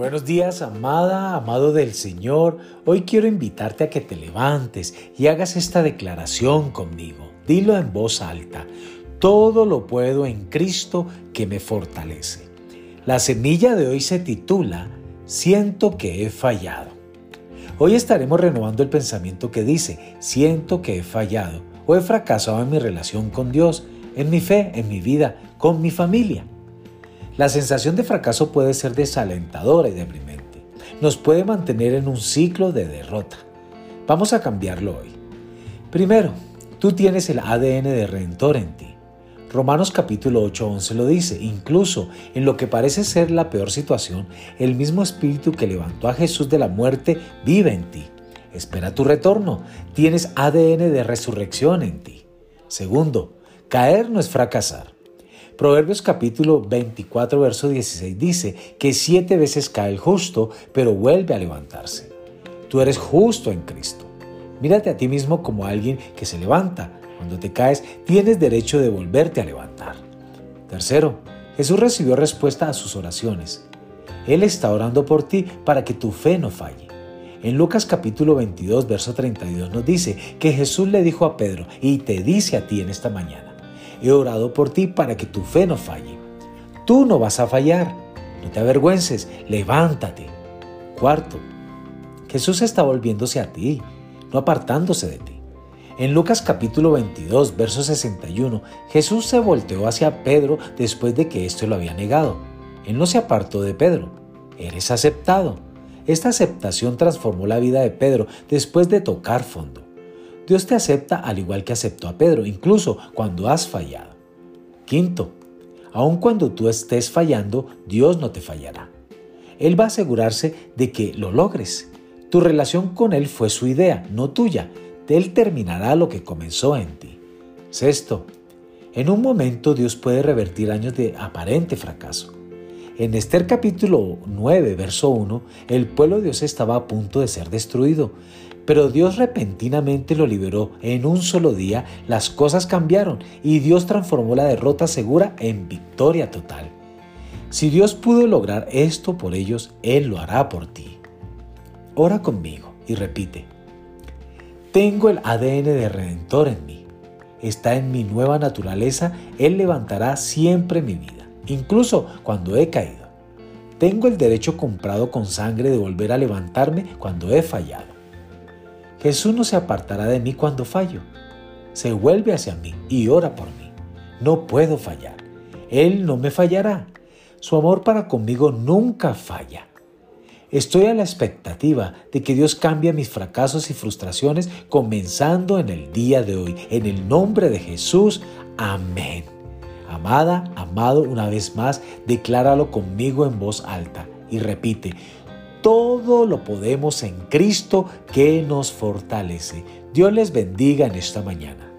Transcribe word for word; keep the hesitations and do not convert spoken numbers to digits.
Buenos días, amada, amado del Señor. Hoy quiero invitarte a que te levantes y hagas esta declaración conmigo. Dilo en voz alta. Todo lo puedo en Cristo que me fortalece. La semilla de hoy se titula Siento que he fallado. Hoy estaremos renovando el pensamiento que dice, siento que he fallado o he fracasado en mi relación con Dios, en mi fe, en mi vida, con mi familia. La sensación de fracaso puede ser desalentadora y deprimente. Nos puede mantener en un ciclo de derrota. Vamos a cambiarlo hoy. Primero, tú tienes el A D N de Redentor en ti. Romanos capítulo ocho, once lo dice. Incluso en lo que parece ser la peor situación, el mismo Espíritu que levantó a Jesús de la muerte vive en ti. Espera tu retorno. Tienes A D N de resurrección en ti. Segundo, caer no es fracasar. Proverbios capítulo veinticuatro, verso dieciséis dice que siete veces cae el justo, pero vuelve a levantarse. Tú eres justo en Cristo. Mírate a ti mismo como alguien que se levanta. Cuando te caes, tienes derecho de volverte a levantar. Tercero, Jesús recibió respuesta a sus oraciones. Él está orando por ti para que tu fe no falle. En Lucas capítulo veintidós, verso treinta y dos nos dice que Jesús le dijo a Pedro y te dice a ti en esta mañana, he orado por ti para que tu fe no falle. Tú no vas a fallar. No te avergüences. Levántate. Cuarto, Jesús está volviéndose a ti, no apartándose de ti. En Lucas capítulo veintidós, verso sesenta y uno, Jesús se volteó hacia Pedro después de que éste lo había negado. Él no se apartó de Pedro. Eres aceptado. Esta aceptación transformó la vida de Pedro después de tocar fondo. Dios te acepta al igual que aceptó a Pedro, incluso cuando has fallado. Quinto, aun cuando tú estés fallando, Dios no te fallará. Él va a asegurarse de que lo logres. Tu relación con Él fue su idea, no tuya. Él terminará lo que comenzó en ti. Sexto, en un momento Dios puede revertir años de aparente fracaso. En Esther capítulo nueve, verso uno, el pueblo de Dios estaba a punto de ser destruido. Pero Dios repentinamente lo liberó. En un solo día las cosas cambiaron y Dios transformó la derrota segura en victoria total. Si Dios pudo lograr esto por ellos, Él lo hará por ti. Ora conmigo y repite. Tengo el A D N de Redentor en mí. Está en mi nueva naturaleza. Él levantará siempre mi vida, incluso cuando he caído. Tengo el derecho comprado con sangre de volver a levantarme cuando he fallado. Jesús no se apartará de mí cuando fallo. Se vuelve hacia mí y ora por mí. No puedo fallar. Él no me fallará. Su amor para conmigo nunca falla. Estoy a la expectativa de que Dios cambie mis fracasos y frustraciones comenzando en el día de hoy. En el nombre de Jesús. Amén. Amada, amado, una vez más, decláralo conmigo en voz alta y repite. Todo lo podemos en Cristo que nos fortalece. Dios les bendiga en esta mañana.